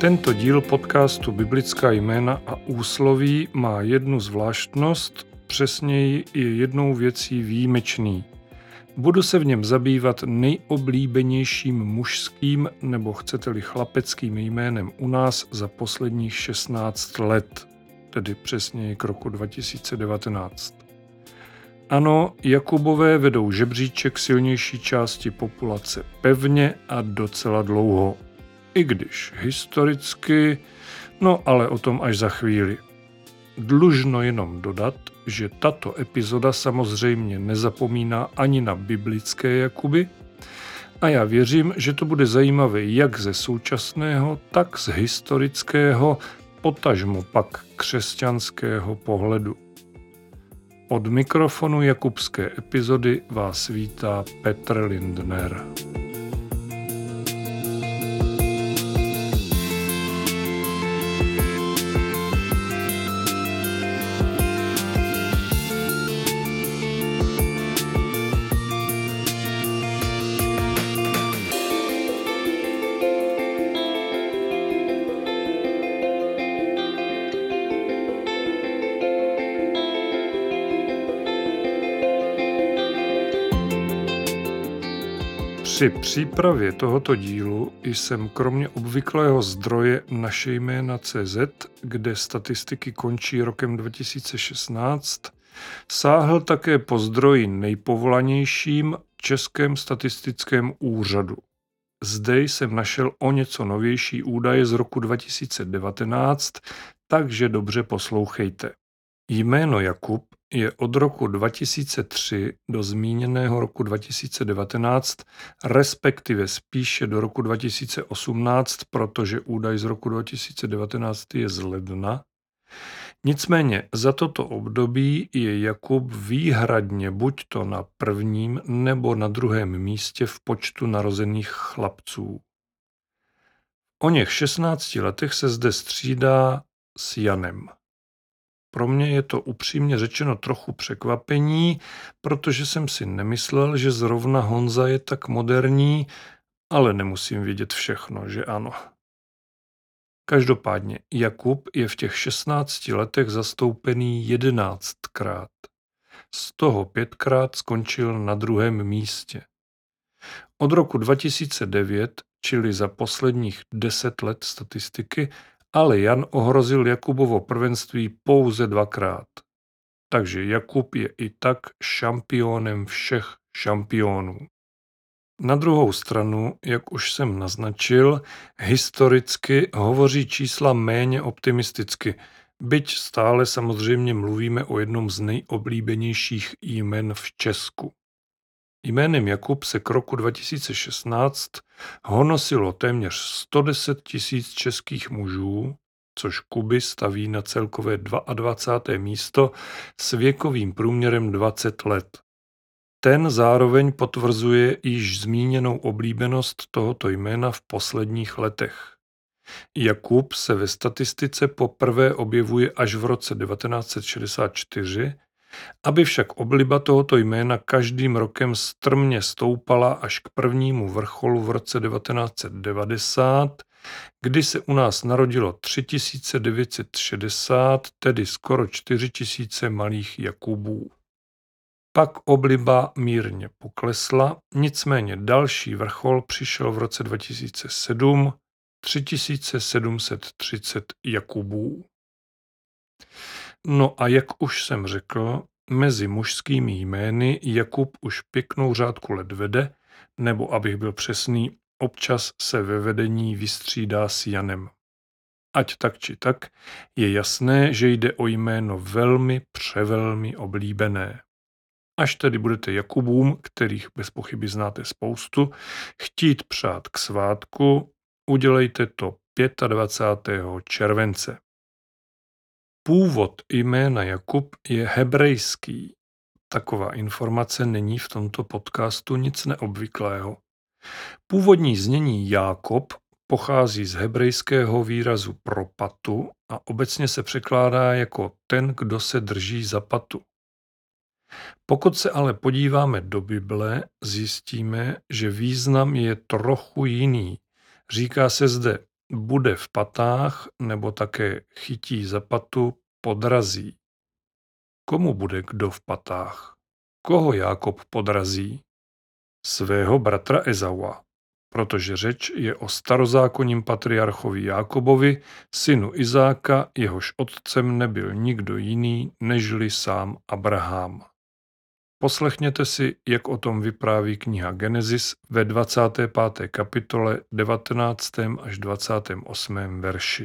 Tento díl podcastu Biblická jména a úsloví má jednu zvláštnost, přesněji je jednou věcí výjimečný. Budu se v něm zabývat nejoblíbenějším mužským nebo chcete-li chlapeckým jménem u nás za posledních 16 let, tedy přesněji k roku 2019. Ano, Jakubové vedou žebříček silnější části populace pevně a docela dlouho. I když historicky, no ale o tom až za chvíli. Dlužno jenom dodat, že tato epizoda samozřejmě nezapomíná ani na biblické Jakuby a já věřím, že to bude zajímavé jak ze současného, tak z historického, potažmo pak křesťanského pohledu. Od mikrofonu jakubské epizody vás vítá Petr Lindner. Při přípravě tohoto dílu jsem kromě obvyklého zdroje naše jména.cz, kde statistiky končí rokem 2016, sáhl také po zdroji nejpovolanějším Českém statistickém úřadu. Zde jsem našel o něco novější údaje z roku 2019, takže dobře poslouchejte. Jméno Jakub je od roku 2003 do zmíněného roku 2019, respektive spíše do roku 2018, protože údaj z roku 2019 je z ledna. Nicméně za toto období je Jakub výhradně buď to na prvním nebo na druhém místě v počtu narozených chlapců. O něch 16 letech se zde střídá s Janem. Pro mě je to upřímně řečeno trochu překvapení, protože jsem si nemyslel, že zrovna Honza je tak moderní, ale nemusím vědět všechno, že ano. Každopádně Jakub je v těch 16 letech zastoupený 11krát. Z toho 5krát skončil na druhém místě. Od roku 2009, čili za posledních 10 let statistiky, ale Jan ohrozil Jakubovo prvenství pouze 2krát. Takže Jakub je i tak šampionem všech šampionů. Na druhou stranu, jak už jsem naznačil, historicky hovoří čísla méně optimisticky, byť stále samozřejmě mluvíme o jednom z nejoblíbenějších jmen v Česku. Jménem Jakub se k roku 2016 honosilo téměř 110 000 českých mužů, což Kuby staví na celkové 22. místo s věkovým průměrem 20 let. Ten zároveň potvrzuje již zmíněnou oblíbenost tohoto jména v posledních letech. Jakub se ve statistice poprvé objevuje až v roce 1964, aby však obliba tohoto jména každým rokem strmě stoupala až k prvnímu vrcholu v roce 1990, kdy se u nás narodilo 3960, tedy skoro 4000 malých Jakubů. Pak obliba mírně poklesla, nicméně další vrchol přišel v roce 2007, 3730 Jakubů. No a jak už jsem řekl, mezi mužskými jmény Jakub už pěknou řádku let vede, nebo abych byl přesný, občas se ve vedení vystřídá s Janem. Ať tak či tak, je jasné, že jde o jméno velmi, převelmi oblíbené. Až tedy budete Jakubům, kterých bez pochyby znáte spoustu, chtít přát k svátku, udělejte to 25. července. Původ jména Jakub je hebrejský. Taková informace není v tomto podcastu nic neobvyklého. Původní znění Jákob pochází z hebrejského výrazu pro patu a obecně se překládá jako ten, kdo se drží za patu. Pokud se ale podíváme do Bible, zjistíme, že význam je trochu jiný. Říká se zde bude v patách nebo také chytí za patu, podrazí. Komu bude kdo v patách? Koho Jákob podrazí? Svého bratra Ezaua, protože řeč je o starozákonním patriarchovi Jákobovi, synu Izáka, jehož otcem nebyl nikdo jiný nežli sám Abraham. Poslechněte si, jak o tom vypráví kniha Genesis ve 25. kapitole 19. až 28. verši.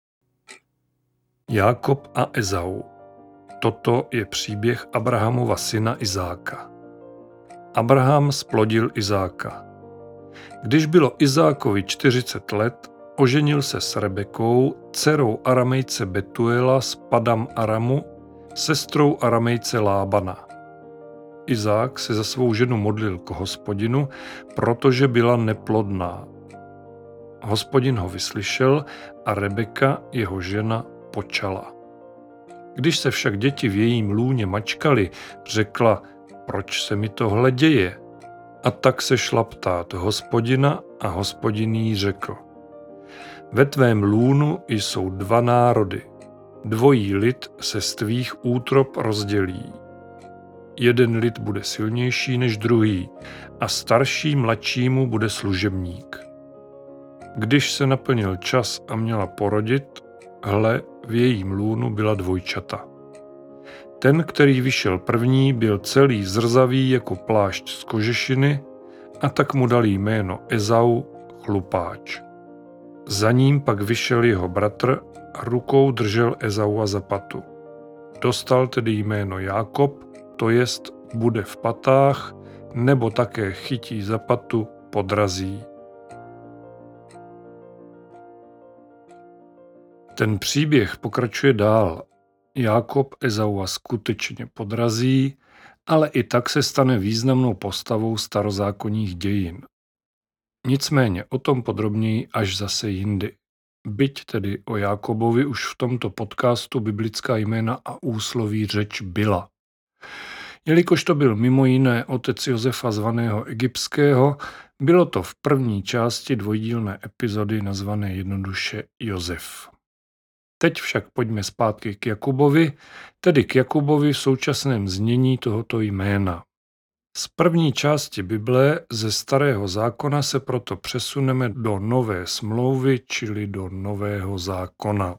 Jákob a Ezau. Toto je příběh Abrahamova syna Izáka. Abraham splodil Izáka. Když bylo Izákovi 40 let, oženil se s Rebekou, dcerou Aramejce Betuela z Padam Aramu, sestrou Aramejce Lábana. Izák se za svou ženu modlil k Hospodinu, protože byla neplodná. Hospodin ho vyslyšel a Rebeka, jeho žena, počala. Když se však děti v jejím lůně mačkaly, řekla, proč se mi tohle děje? A tak se šla ptát Hospodina a Hospodin jí řekl. Ve tvém lůnu jsou 2 národy. Dvojí lid se z tvých útrob rozdělí. Jeden lid bude silnější než druhý a starší mladšímu bude služebník. Když se naplnil čas a měla porodit, hle, v jejím lůnu byla dvojčata. Ten, který vyšel první, byl celý zrzavý jako plášť z kožešiny a tak mu dali jméno Ezau, chlupáč. Za ním pak vyšel jeho bratr a rukou držel Ezaua za patu. Dostal tedy jméno Jákob, to jest bude v patách, nebo také chytí za patu, podrazí. Ten příběh pokračuje dál. Jákob Ezaua skutečně podrazí, ale i tak se stane významnou postavou starozákonních dějin. Nicméně o tom podrobněji až zase jindy. Byť tedy o Jákobovi už v tomto podcastu biblická jména a úsloví řeč byla. Jelikož to byl mimo jiné otec Josefa zvaného Egyptského, bylo to v první části dvojdílné epizody nazvané jednoduše Josef. Teď však pojďme zpátky k Jakubovi, tedy k Jakubovi v současném znění tohoto jména. Z první části Bible ze Starého zákona se proto přesuneme do Nové smlouvy, čili do Nového zákona.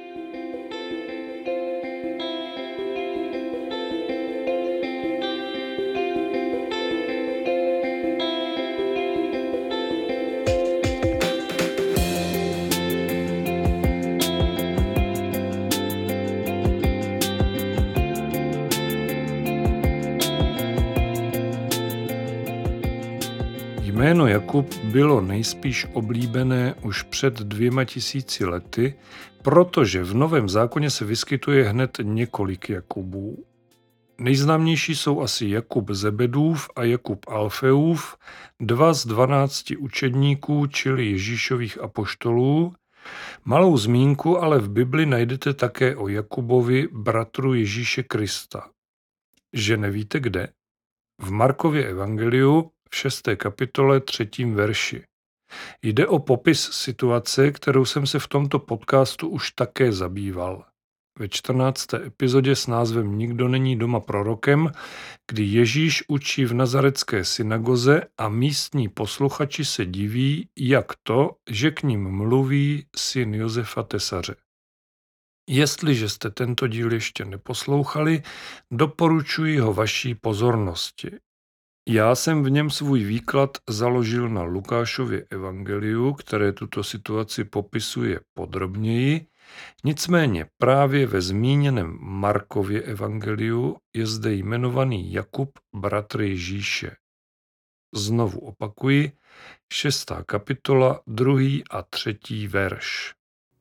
Jméno Jakub bylo nejspíš oblíbené už před 2000 lety, protože v Novém zákoně se vyskytuje hned několik Jakubů. Nejznámější jsou asi Jakub Zebedův a Jakub Alfeův, 2 z 12 učedníků, čili Ježíšových apoštolů. Malou zmínku ale v Bibli najdete také o Jakubovi, bratru Ježíše Krista. Že nevíte kde? V Markově evangeliu v 6. kapitole 3. verši. Jde o popis situace, kterou jsem se v tomto podcastu už také zabýval. Ve 14. epizodě s názvem Nikdo není doma prorokem, kdy Ježíš učí v nazarecké synagoze a místní posluchači se diví, jak to, že k ním mluví syn Josefa Tesaře. Jestliže jste tento díl ještě neposlouchali, doporučuji ho vaší pozornosti. Já jsem v něm svůj výklad založil na Lukášově evangeliu, které tuto situaci popisuje podrobněji, nicméně právě ve zmíněném Markově evangeliu je zde jmenovaný Jakub, bratr Ježíše. Znovu opakuji, 6. kapitola, 2. a 3. verš.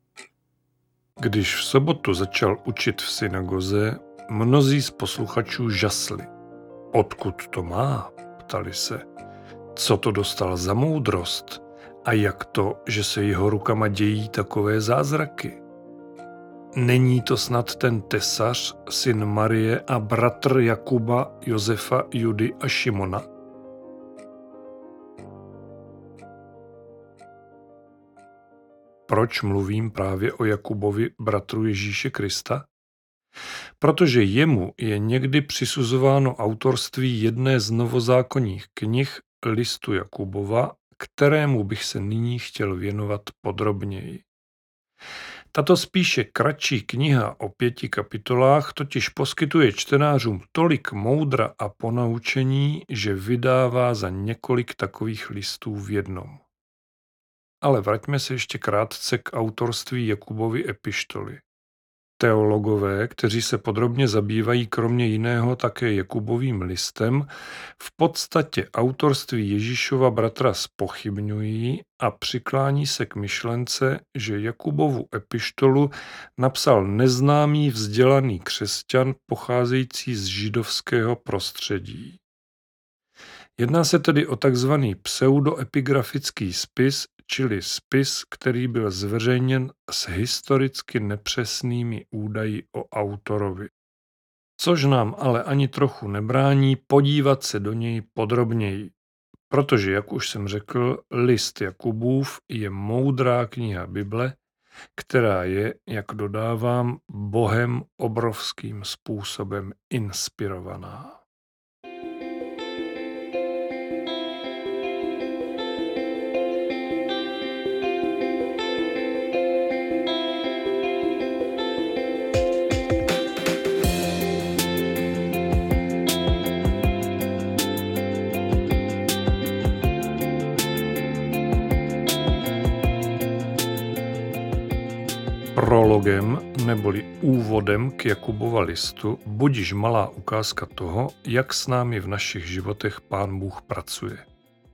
Když v sobotu začal učit v synagoze, mnozí z posluchačů žasli. Odkud to má? Ptali se. Co to dostal za moudrost? A jak to, že se jeho rukama dějí takové zázraky? Není to snad ten tesař, syn Marie a bratr Jakuba, Josefa, Judy a Šimona? proč mluvím právě o Jakubovi, bratru Ježíše Krista? Protože jemu je někdy přisuzováno autorství jedné z novozákonních knih listu Jakubova, kterému bych se nyní chtěl věnovat podrobněji. Tato spíše kratší kniha o 5 kapitolách totiž poskytuje čtenářům tolik moudra a ponaučení, že vydává za několik takových listů v jednom. Ale vraťme se ještě krátce k autorství Jakubovy epištoly. Teologové, kteří se podrobně zabývají kromě jiného také Jakubovým listem, v podstatě autorství Ježíšova bratra zpochybňují a přiklání se k myšlence, že Jakubovu epištolu napsal neznámý vzdělaný křesťan pocházející z židovského prostředí. Jedná se tedy o takzvaný pseudoepigrafický spis, čili spis, který byl zveřejněn s historicky nepřesnými údaji o autorovi. Což nám ale ani trochu nebrání podívat se do něj podrobněji, protože, jak už jsem řekl, list Jakubův je moudrá kniha Bible, která je, jak dodávám, Bohem obrovským způsobem inspirovaná. Prologem neboli úvodem k Jakubova listu budiž malá ukázka toho, jak s námi v našich životech Pán Bůh pracuje.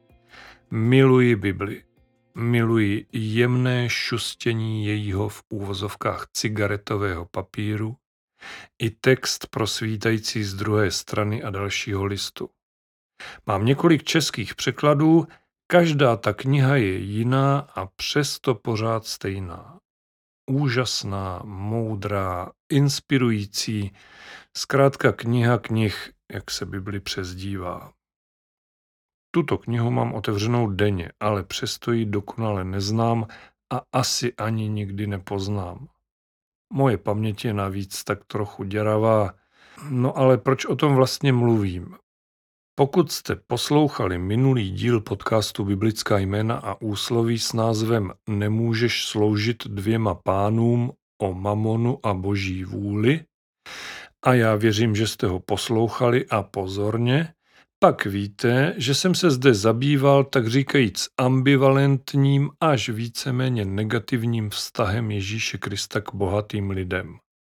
Miluji Bibli, miluji jemné šustění jejího v úvozovkách cigaretového papíru i text prosvítající z druhé strany a dalšího listu. Mám několik českých překladů, každá ta kniha je jiná a přesto pořád stejná. Úžasná, moudrá, inspirující, zkrátka kniha knih, jak se Bibli přezdívá. Tuto knihu mám otevřenou denně, ale přesto ji dokonale neznám a asi ani nikdy nepoznám. Moje paměť je navíc tak trochu děravá, no ale proč o tom vlastně mluvím? Pokud jste poslouchali minulý díl podcastu Biblická jména a úsloví s názvem Nemůžeš sloužit dvěma pánům o mamonu a boží vůli, a já věřím, že jste ho poslouchali a pozorně, pak víte, že jsem se zde zabýval tak říkajíc ambivalentním až víceméně negativním vztahem Ježíše Krista k bohatým lidem.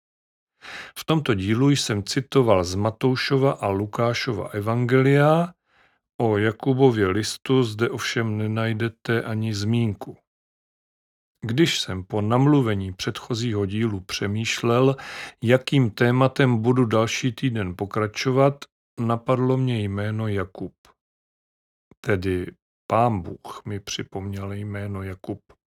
V tomto dílu jsem citoval z Matoušova a Lukášova evangelia, o Jakubově listu zde ovšem nenajdete ani zmínku. Když jsem po namluvení předchozího dílu přemýšlel, jakým tématem budu další týden pokračovat, napadlo mě jméno Jakub. Tedy Pán Bůh mi připomněl jméno Jakub.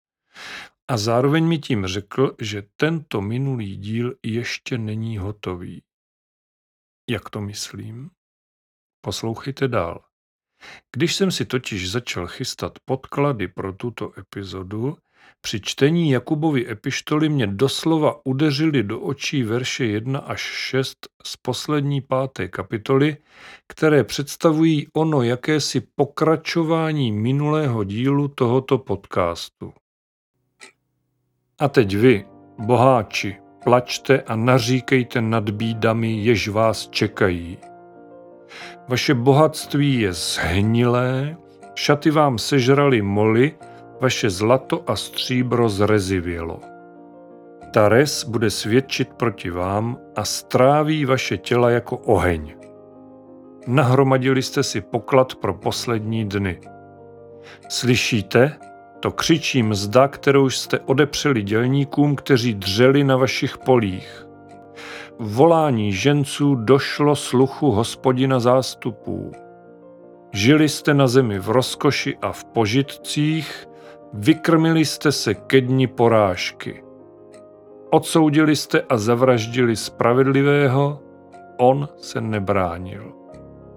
A zároveň mi tím řekl, že tento minulý díl ještě není hotový. Jak to myslím? Poslouchejte dál. Když jsem si totiž začal chystat podklady pro tuto epizodu, při čtení Jakubovy epištoly mě doslova udeřily do očí verše 1 až 6 z poslední 5. kapitoly, které představují ono jakési pokračování minulého dílu tohoto podcastu. A teď vy, boháči, plačte a naříkejte nad bídami, jež vás čekají. Vaše bohatství je zhnilé, šaty vám sežrali moly, vaše zlato a stříbro zrezivělo. Ta res bude svědčit proti vám a stráví vaše těla jako oheň. Nahromadili jste si poklad pro poslední dny. Slyšíte? To křičí mzda, kterou jste odepřeli dělníkům, kteří dřeli na vašich polích. Volání ženců došlo sluchu Hospodina zástupů. Žili jste na zemi v rozkoši a v požitcích, vykrmili jste se ke dni porážky. Odsoudili jste a zavraždili spravedlivého, on se nebránil.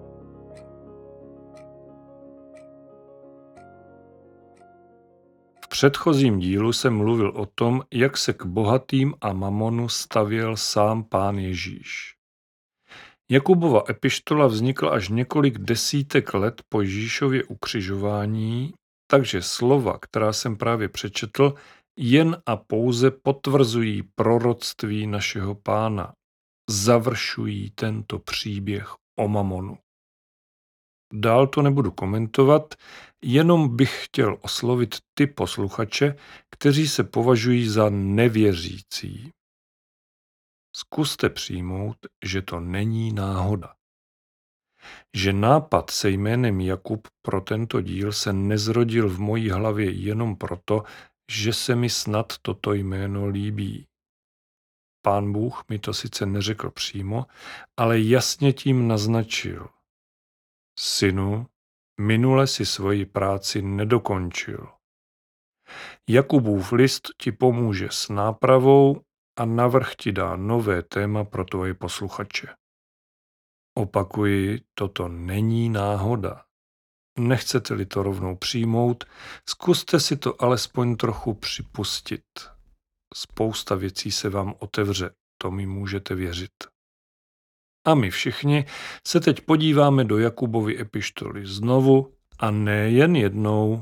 V předchozím dílu jsem mluvil o tom, jak se k bohatým a mamonu stavěl sám Pán Ježíš. Jakubova epištola vznikla až několik desítek let po Ježíšově ukřižování, takže slova, která jsem právě přečetl, jen a pouze potvrzují proroctví našeho Pána. Završují tento příběh o mamonu. Dál to nebudu komentovat, jenom bych chtěl oslovit ty posluchače, kteří se považují za nevěřící. Zkuste přijmout, že to není náhoda. Že nápad se jménem Jakub pro tento díl se nezrodil v mojí hlavě jenom proto, že se mi snad toto jméno líbí. Pán Bůh mi to sice neřekl přímo, ale jasně tím naznačil. Synu, minule si svoji práci nedokončil. Jakubův list ti pomůže s nápravou a navrch ti dá nové téma pro tvoje posluchače. Opakuji, toto není náhoda. Nechcete-li to rovnou přijmout, zkuste si to alespoň trochu připustit. Spousta věcí se vám otevře, to mi můžete věřit. A my všichni se teď podíváme do Jakubovy epištoly znovu a nejen jednou.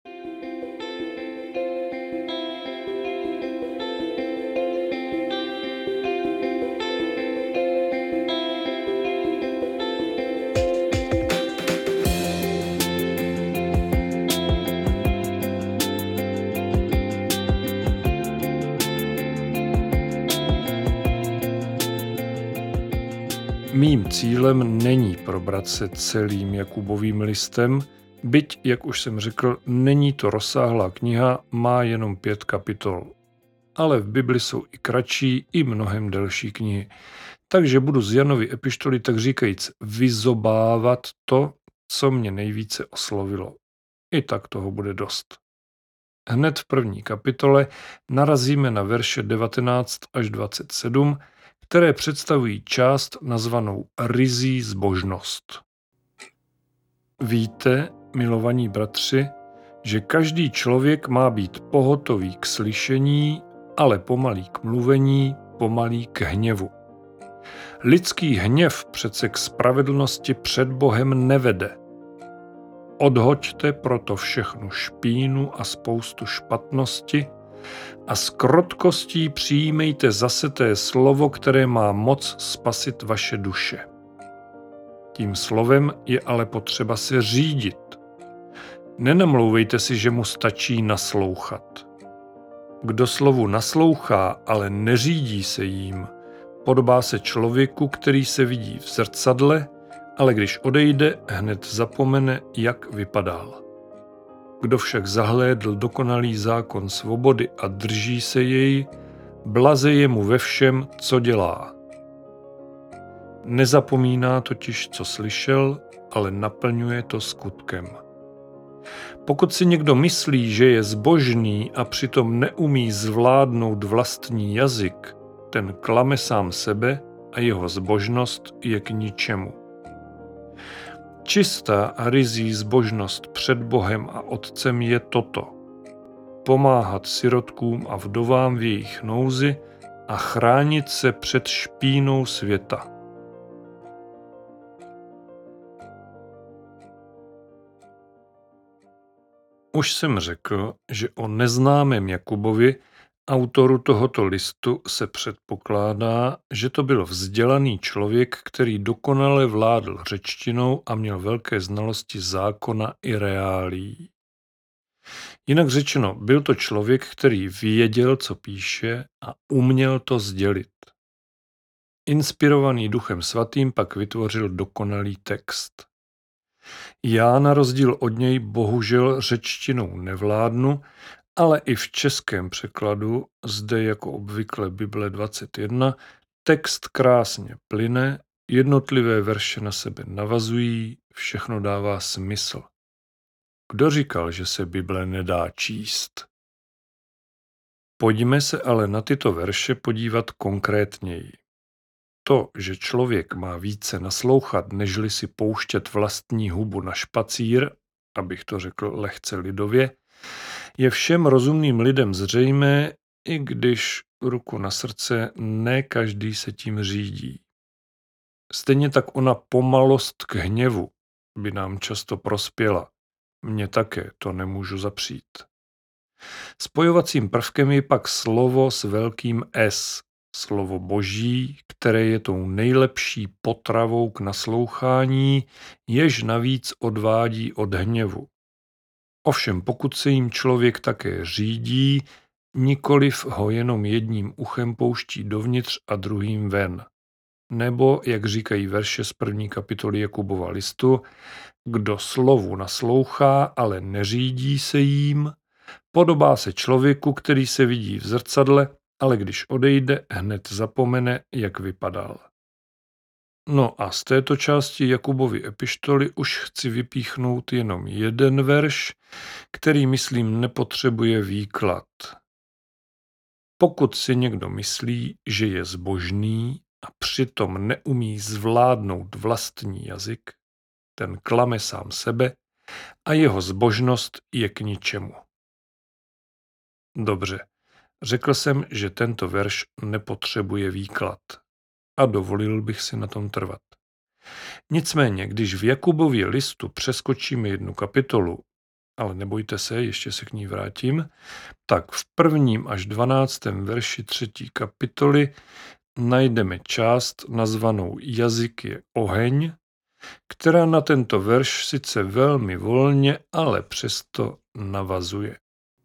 Mým cílem není probrat se celým Jakubovým listem, byť, jak už jsem řekl, není to rozsáhlá kniha, má jenom 5 kapitol. Ale v Bibli jsou i kratší, i mnohem delší knihy. Takže budu z Janovy epištoly tak říkajíc vyzobávat to, co mě nejvíce oslovilo. I tak toho bude dost. Hned v první kapitole narazíme na verše 19 až 27, které představují část nazvanou ryzí zbožnost. Víte, milovaní bratři, že každý člověk má být pohotový k slyšení, ale pomalý k mluvení, pomalý k hněvu. Lidský hněv přece k spravedlnosti před Bohem nevede. Odhoďte proto všechnu špínu a spoustu špatnosti a s krotkostí přijímejte zaseté slovo, které má moc spasit vaše duše. Tím slovem je ale potřeba se řídit. Nenamlouvejte si, že mu stačí naslouchat. Kdo slovu naslouchá, ale neřídí se jím, podobá se člověku, který se vidí v zrcadle, ale když odejde, hned zapomene, jak vypadal. Kdo však zahlédl dokonalý zákon svobody a drží se jej, blaze je mu ve všem, co dělá. Nezapomíná totiž, co slyšel, ale naplňuje to skutkem. Pokud si někdo myslí, že je zbožný a přitom neumí zvládnout vlastní jazyk, ten klame sám sebe a jeho zbožnost je k ničemu. Čistá a ryzí zbožnost před Bohem a Otcem je toto. Pomáhat sirotkům a vdovám v jejich nouzi a chránit se před špínou světa. Už jsem řekl, že o neznámém Jakubovi, autoru tohoto listu, se předpokládá, že to byl vzdělaný člověk, který dokonale vládl řečtinou a měl velké znalosti zákona i reálií. Jinak řečeno, byl to člověk, který věděl, co píše a uměl to sdělit. Inspirovaný Duchem Svatým pak vytvořil dokonalý text. Já na rozdíl od něj bohužel řečtinou nevládnu, ale i v českém překladu, zde jako obvykle Bible 21, text krásně plyne, jednotlivé verše na sebe navazují, všechno dává smysl. Kdo říkal, že se Bible nedá číst? Pojďme se ale na tyto verše podívat konkrétněji. To, že člověk má více naslouchat, nežli si pouštět vlastní hubu na špacír, abych to řekl lehce lidově, Je všem rozumným lidem zřejmé, i když ruku na srdce, ne každý se tím řídí. Stejně tak ona pomalost k hněvu by nám často prospěla. Mně také to nemůžu zapřít. Spojovacím prvkem je pak slovo s velkým S, slovo Boží, které je tou nejlepší potravou k naslouchání, jež navíc odvádí od hněvu. Ovšem pokud se jim člověk také řídí, nikoliv ho jenom jedním uchem pouští dovnitř a druhým ven. Nebo, jak říkají verše z 1. kapitoly Jakubova listu, kdo slovu naslouchá, ale neřídí se jím, podobá se člověku, který se vidí v zrcadle, ale když odejde, hned zapomene, jak vypadal. No a z této části Jakubovy epištoly už chci vypíchnout jenom jeden verš, který, myslím, nepotřebuje výklad. Pokud si někdo myslí, že je zbožný a přitom neumí zvládnout vlastní jazyk, ten klame sám sebe a jeho zbožnost je k ničemu. Dobře, řekl jsem, že tento verš nepotřebuje výklad a dovolil bych si na tom trvat. Nicméně, když v Jakubově listu přeskočíme jednu kapitolu, ale nebojte se, ještě se k ní vrátím, tak v 1. až 12. verši 3. kapitoly najdeme část nazvanou Jazyk je oheň, která na tento verš sice velmi volně, ale přesto navazuje.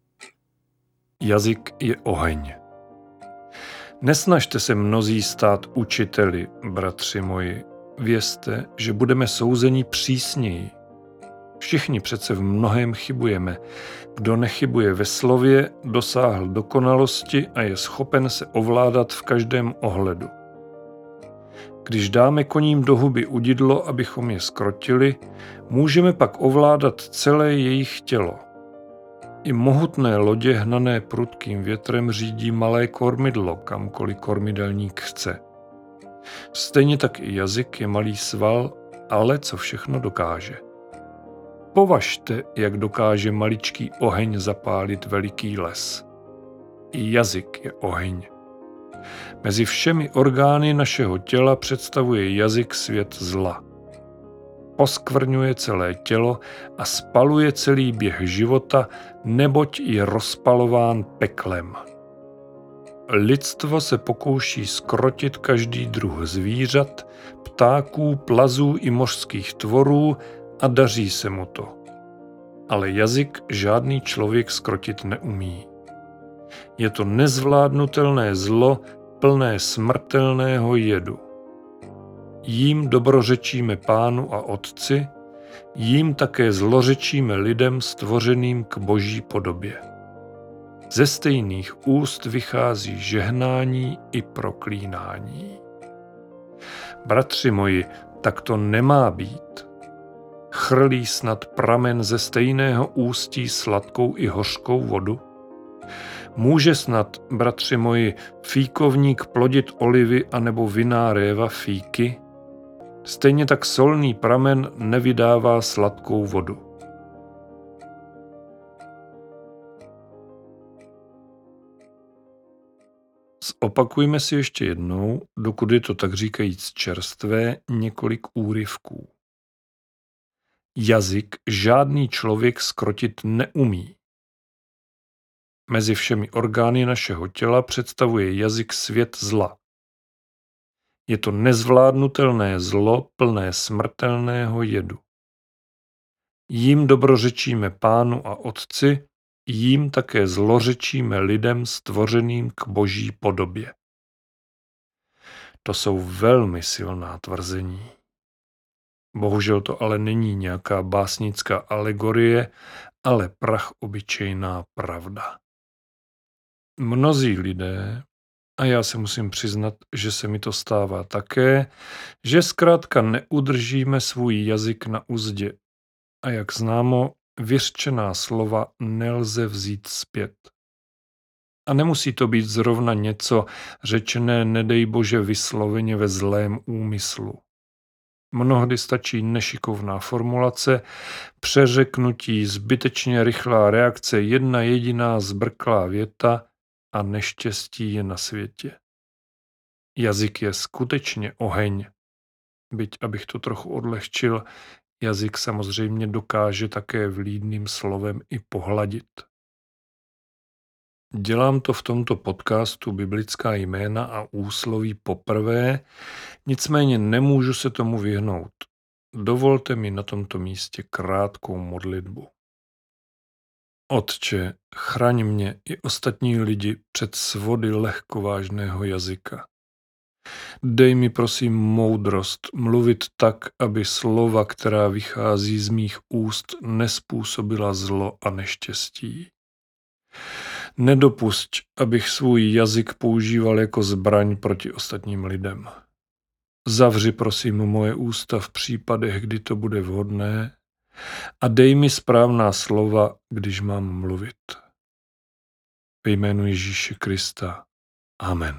Jazyk je oheň. Nesnažte se mnozí stát učiteli, bratři moji. Vězte, že budeme souzeni přísněji. Všichni přece v mnohém chybujeme. Kdo nechybuje ve slově, dosáhl dokonalosti a je schopen se ovládat v každém ohledu. Když dáme koním do huby udidlo, abychom je skrotili, můžeme pak ovládat celé jejich tělo. I mohutné lodě hnané prudkým větrem řídí malé kormidlo, kamkoliv kormidelník chce. Stejně tak i jazyk je malý sval, ale co všechno dokáže. Považte, jak dokáže maličký oheň zapálit veliký les. I jazyk je oheň. Mezi všemi orgány našeho těla představuje jazyk svět zla. Oskvrňuje celé tělo a spaluje celý běh života, neboť je rozpalován peklem. Lidstvo se pokouší zkrotit každý druh zvířat, ptáků, plazů i mořských tvorů a daří se mu to. Ale jazyk žádný člověk zkrotit neumí. Je to nezvládnutelné zlo, plné smrtelného jedu. Jím dobrořečíme Pánu a Otci, jím také zlořečíme lidem stvořeným k Boží podobě. Ze stejných úst vychází žehnání i proklínání. Bratři moji, tak to nemá být. Chrlí snad pramen ze stejného ústí sladkou i hořkou vodu? Může snad, bratři moji, fíkovník plodit olivy anebo vinná réva fíky? Stejně tak solný pramen nevydává sladkou vodu. Zopakujme si ještě jednou, dokud je to tak říkajíc čerstvé, několik úryvků. Jazyk žádný člověk zkrotit neumí. Mezi všemi orgány našeho těla představuje jazyk svět zla. Je to nezvládnutelné zlo plné smrtelného jedu. Jím dobrořečíme Pánu a Otci, jím také zlořečíme lidem stvořeným k Boží podobě. To jsou velmi silná tvrzení. Bohužel to ale není nějaká básnická alegorie, ale prachobyčejná pravda. Mnozí lidé, a já se musím přiznat, že se mi to stává také, že zkrátka neudržíme svůj jazyk na uzdě. A jak známo, vyřčená slova nelze vzít zpět. A nemusí to být zrovna něco řečené, nedej Bože, vysloveně ve zlém úmyslu. Mnohdy stačí nešikovná formulace, přeřeknutí, zbytečně rychlá reakce, jedna jediná zbrklá věta a neštěstí je na světě. Jazyk je skutečně oheň. Byť, abych to trochu odlehčil, jazyk samozřejmě dokáže také vlídným slovem i pohladit. Dělám to v tomto podcastu Biblická jména a úsloví poprvé, nicméně nemůžu se tomu vyhnout. Dovolte mi na tomto místě krátkou modlitbu. Otče, chraň mě i ostatní lidi před svody lehkovážného jazyka. Dej mi prosím moudrost mluvit tak, aby slova, která vychází z mých úst, nespůsobila zlo a neštěstí. Nedopusť, abych svůj jazyk používal jako zbraň proti ostatním lidem. Zavři prosím moje ústa v případech, kdy to bude vhodné, a dej mi správná slova, když mám mluvit. Ve jménu Ježíše Krista. Amen.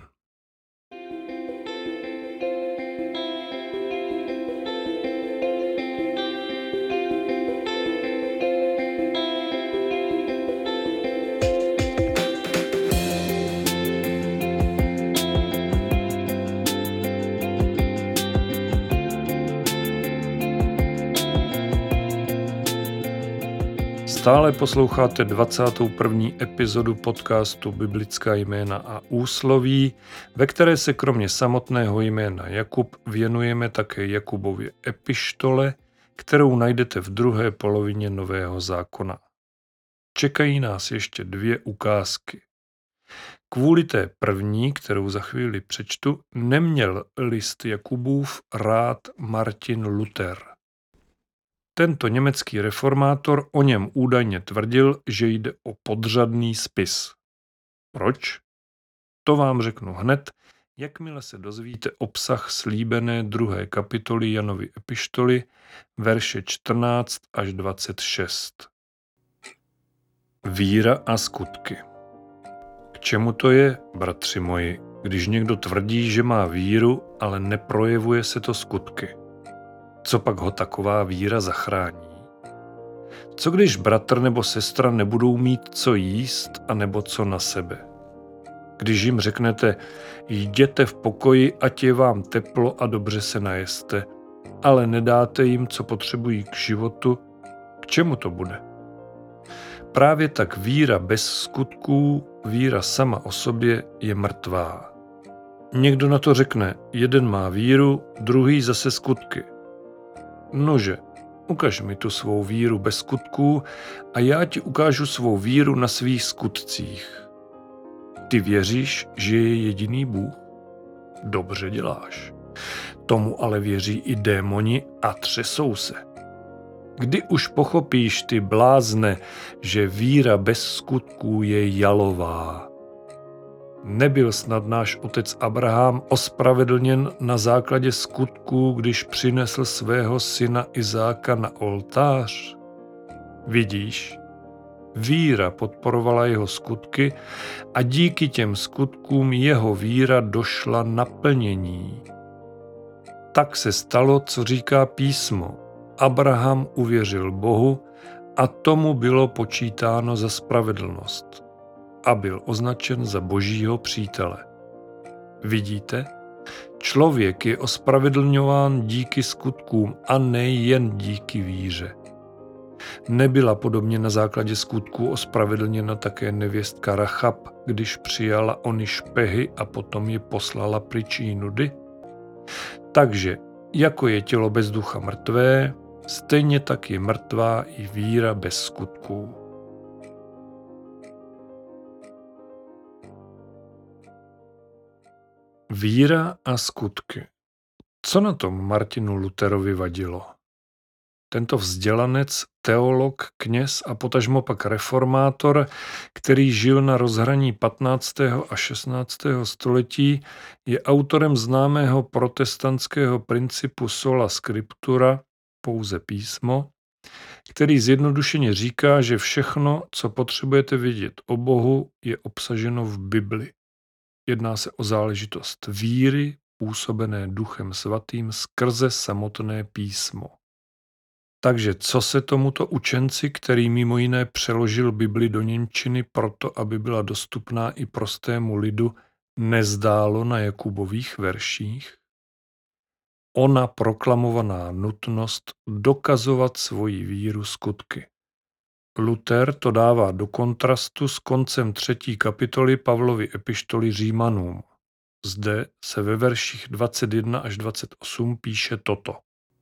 Stále posloucháte 21. epizodu podcastu Biblická jména a úsloví, ve které se kromě samotného jména Jakub věnujeme také Jakubově epištole, kterou najdete v druhé polovině Nového zákona. Čekají nás ještě 2 ukázky. Kvůli té první, kterou za chvíli přečtu, neměl list Jakubův rád Martin Luther. Tento německý reformátor o něm údajně tvrdil, že jde o podřadný spis. Proč? To vám řeknu hned, jakmile se dozvíte obsah slíbené 2. kapitoly Janovy epištoly, verše 14 až 26. Víra a skutky. K čemu to je, bratři moji, když někdo tvrdí, že má víru, ale neprojevuje se to skutky? Co pak ho taková víra zachrání? Co když bratr nebo sestra nebudou mít co jíst a nebo co na sebe? Když jim řeknete, jděte v pokoji, ať je vám teplo a dobře se najeste, ale nedáte jim, co potřebují k životu, k čemu to bude? Právě tak víra bez skutků, víra sama o sobě je mrtvá. Někdo na to řekne, jeden má víru, druhý zase skutky. Nože, ukaž mi tu svou víru bez skutků a já ti ukážu svou víru na svých skutcích. Ty věříš, že je jediný Bůh? Dobře děláš. Tomu ale věří i démoni a třesou se. Kdy už pochopíš, ty blázne, že víra bez skutků je jalová? Nebyl snad náš otec Abraham ospravedlněn na základě skutků, když přinesl svého syna Izáka na oltář? Vidíš, víra podporovala jeho skutky a díky těm skutkům jeho víra došla naplnění. Tak se stalo, co říká písmo. Abraham uvěřil Bohu a tomu bylo počítáno za spravedlnost a byl označen za Božího přítele. Vidíte? Člověk je ospravedlňován díky skutkům a nejen díky víře. Nebyla podobně na základě skutků ospravedlněna také nevěstka Rachab, když přijala ony špehy a potom je poslala pryč jí nudy? Takže, jako je tělo bez ducha mrtvé, stejně tak je mrtvá i víra bez skutků. Víra a skutky. Co na tom Martinu Lutherovi vadilo? Tento vzdělanec, teolog, kněz a potažmo pak reformátor, který žil na rozhraní 15. a 16. století, je autorem známého protestantského principu sola scriptura, pouze písmo, který zjednodušeně říká, že všechno, co potřebujete vědět o Bohu, je obsaženo v Bibli. Jedná se o záležitost víry, působené Duchem Svatým skrze samotné písmo. Takže co se tomuto učenci, který mimo jiné přeložil Bibli do němčiny proto, aby byla dostupná i prostému lidu, nezdálo na Jakubových verších? Ona proklamovaná nutnost dokazovat svoji víru skutky. Luther to dává do kontrastu s koncem 3. kapitoly Pavlovy epištoly Římanům. Zde se ve verších 21 až 28 píše toto.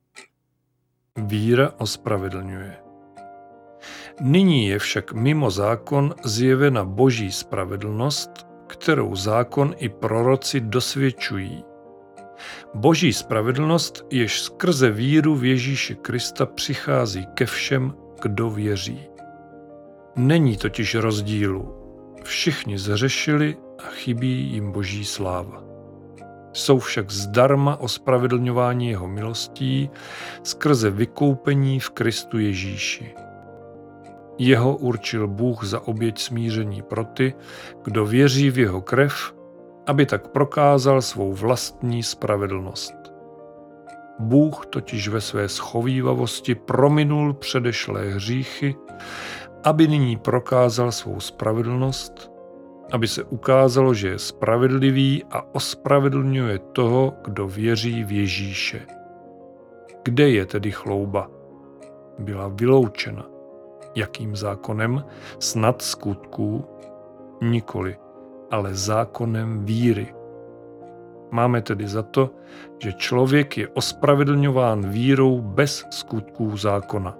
Víra ospravedlňuje. Nyní je však mimo zákon zjevena Boží spravedlnost, kterou zákon i proroci dosvědčují. Boží spravedlnost, jež skrze víru v Ježíše Krista přichází ke všem, kdo věří. Není totiž rozdílu. Všichni zhřešili a chybí jim Boží sláva. Jsou však zdarma ospravedlňováni jeho milostí skrze vykoupení v Kristu Ježíši. Jeho určil Bůh za oběť smíření pro ty, kdo věří v jeho krev, aby tak prokázal svou vlastní spravedlnost. Bůh totiž ve své schovívavosti prominul předešlé hříchy, aby nyní prokázal svou spravedlnost, aby se ukázalo, že je spravedlivý a ospravedlňuje toho, kdo věří v Ježíše. Kde je tedy chlouba? Byla vyloučena. Jakým zákonem? Snad skutků? Nikoli, ale zákonem víry. Máme tedy za to, že člověk je ospravedlňován vírou bez skutků zákona.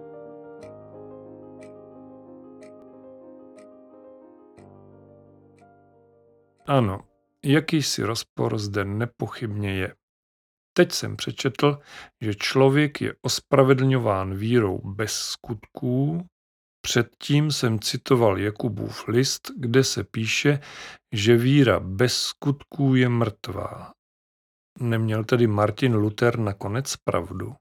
Ano, jakýsi rozpor zde nepochybně je. Teď jsem přečetl, že člověk je ospravedlňován vírou bez skutků. Předtím jsem citoval Jakubův list, kde se píše, že víra bez skutků je mrtvá. Neměl tedy Martin Luther nakonec pravdu?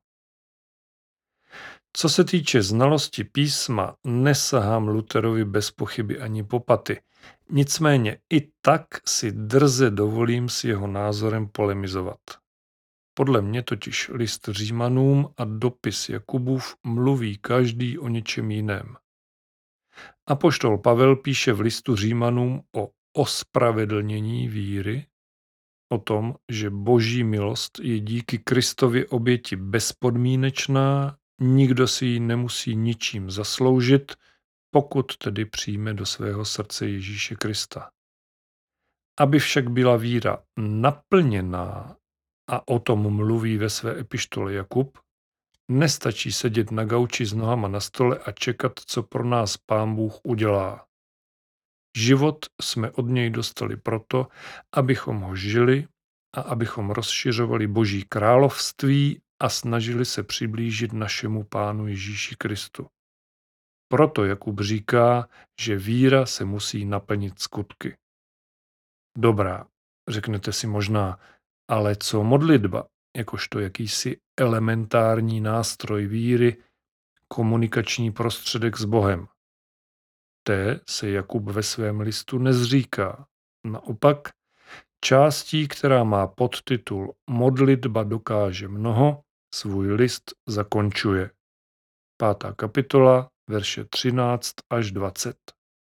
Co se týče znalosti písma, nesahám Lutherovi bez pochyby ani po paty. Nicméně i tak si drze dovolím s jeho názorem polemizovat. Podle mě totiž list Římanům a dopis Jakubův mluví každý o něčem jiném. Apoštol Pavel píše v listu Římanům o ospravedlnění víry, o tom, že Boží milost je díky Kristově oběti bezpodmínečná, nikdo si ji nemusí ničím zasloužit, pokud tedy přijme do svého srdce Ježíše Krista. Aby však byla víra naplněná, a o tom mluví ve své epištole Jakub, nestačí sedět na gauči s nohama na stole a čekat, co pro nás Pán Bůh udělá. Život jsme od něj dostali proto, abychom ho žili a abychom rozšiřovali Boží království a snažili se přiblížit našemu Pánu Ježíši Kristu. Proto Jakub říká, že víra se musí naplnit skutky. Dobrá, řeknete si možná, ale co modlitba, jakožto jakýsi elementární nástroj víry, komunikační prostředek s Bohem? Té se Jakub ve svém listu nezříká. Naopak, částí, která má podtitul Modlitba dokáže mnoho, svůj list zakončuje. 5. kapitola, verše 13 až 20.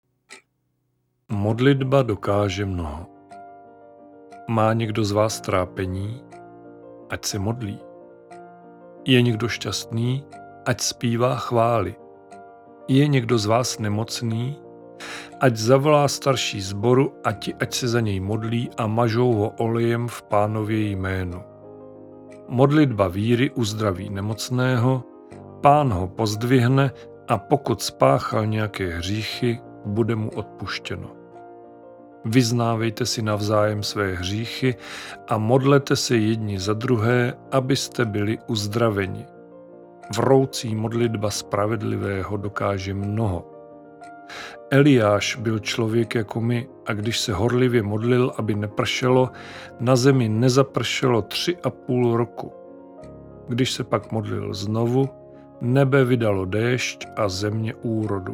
Modlitba dokáže mnoho. Má někdo z vás trápení? Ať se modlí. Je někdo šťastný? Ať zpívá chvály. Je někdo z vás nemocný? Ať zavolá starší sboru a ti ať se za něj modlí a mažou ho olejem v Pánově jménu. Modlitba víry uzdraví nemocného, Pán ho pozdvihne a pokud spáchal nějaké hříchy, bude mu odpuštěno. Vyznávejte si navzájem své hříchy a modlete se jedni za druhé, abyste byli uzdraveni. Vroucí modlitba spravedlivého dokáže mnoho. Eliáš byl člověk jako my a když se horlivě modlil, aby nepršelo, na zemi nezapršelo 3,5 roku. Když se pak modlil znovu, nebe vydalo déšť a země úrodu.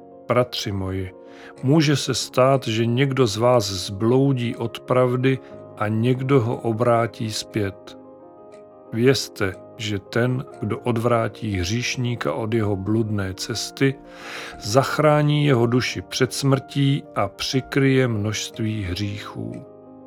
Bratři moji, může se stát, že někdo z vás zbloudí od pravdy a někdo ho obrátí zpět. Vězte, že ten, kdo odvrátí hříšníka od jeho bludné cesty, zachrání jeho duši před smrtí a přikryje množství hříchů.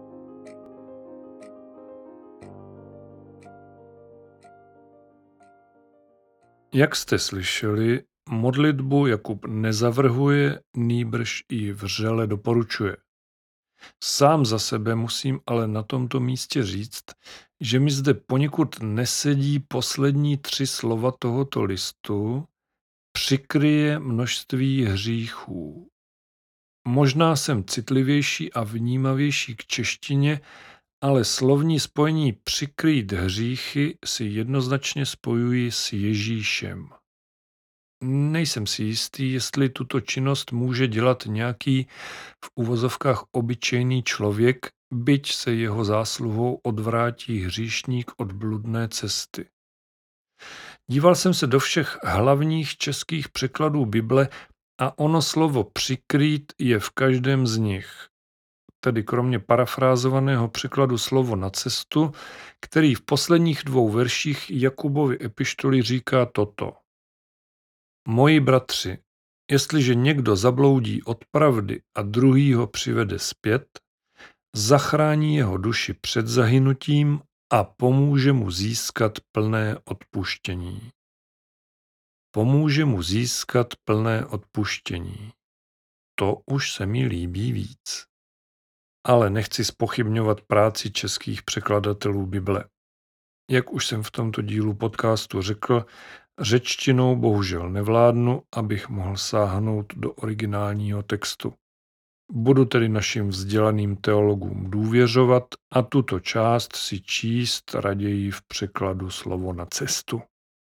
Jak jste slyšeli, modlitbu Jakub nezavrhuje, nýbrž ji vřele doporučuje. Sám za sebe musím ale na tomto místě říct, že mi zde poněkud nesedí poslední 3 slova tohoto listu, přikryje množství hříchů. Možná jsem citlivější a vnímavější k češtině, ale slovní spojení přikrýt hříchy si jednoznačně spojuji s Ježíšem. Nejsem si jistý, jestli tuto činnost může dělat nějaký v uvozovkách obyčejný člověk, byť se jeho zásluhou odvrátí hříšník od bludné cesty. Díval jsem se do všech hlavních českých překladů Bible a ono slovo přikrýt je v každém z nich. Tedy kromě parafrázovaného překladu slovo na cestu, který v posledních 2 verších Jakubovy epištoly říká toto. Moji bratři, jestliže někdo zabloudí od pravdy a druhý ho přivede zpět, zachrání jeho duši před zahynutím a pomůže mu získat plné odpuštění. Pomůže mu získat plné odpuštění. To už se mi líbí víc. Ale nechci zpochybňovat práci českých překladatelů Bible. Jak už jsem v tomto dílu podcastu řekl, řečtinou bohužel nevládnu, abych mohl sáhnout do originálního textu. Budu tedy našim vzdělaným teologům důvěřovat a tuto část si číst raději v překladu slovo na cestu.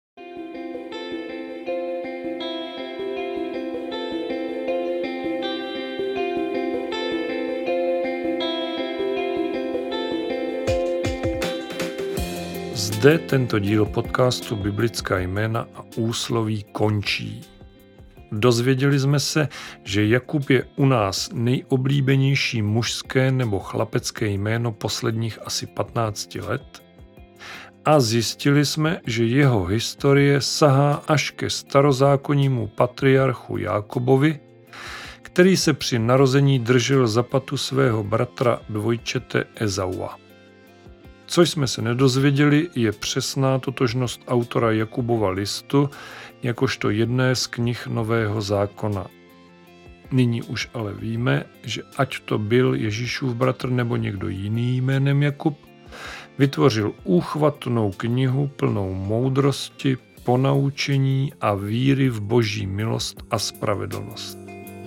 Zde tento díl podcastu Biblická jména a úsloví končí. Dozvěděli jsme se, že Jakub je u nás nejoblíbenější mužské nebo chlapecké jméno posledních asi 15 let a zjistili jsme, že jeho historie sahá až ke starozákonnímu patriarchu Jákobovi, který se při narození držel za patu svého bratra dvojčete Ezaua. Co jsme se nedozvěděli, je přesná totožnost autora Jakubova listu, jakožto jedné z knih Nového zákona. Nyní už ale víme, že ať to byl Ježíšův bratr nebo někdo jiný jménem Jakub, vytvořil úchvatnou knihu plnou moudrosti, ponaučení a víry v Boží milost a spravedlnost.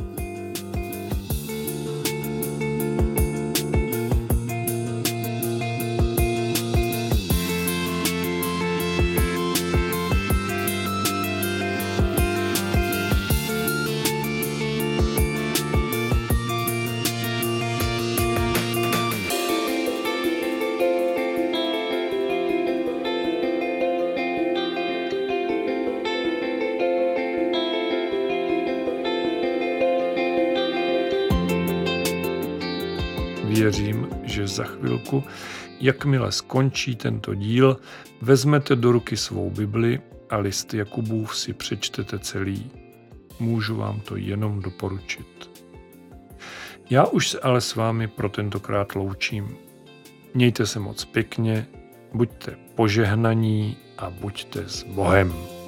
Věřím, že za chvilku, jakmile skončí tento díl, vezmete do ruky svou Bibli a list Jakubův si přečtete celý. Můžu vám to jenom doporučit. Já už se ale s vámi pro tentokrát loučím. Mějte se moc pěkně, buďte požehnaní a buďte s Bohem.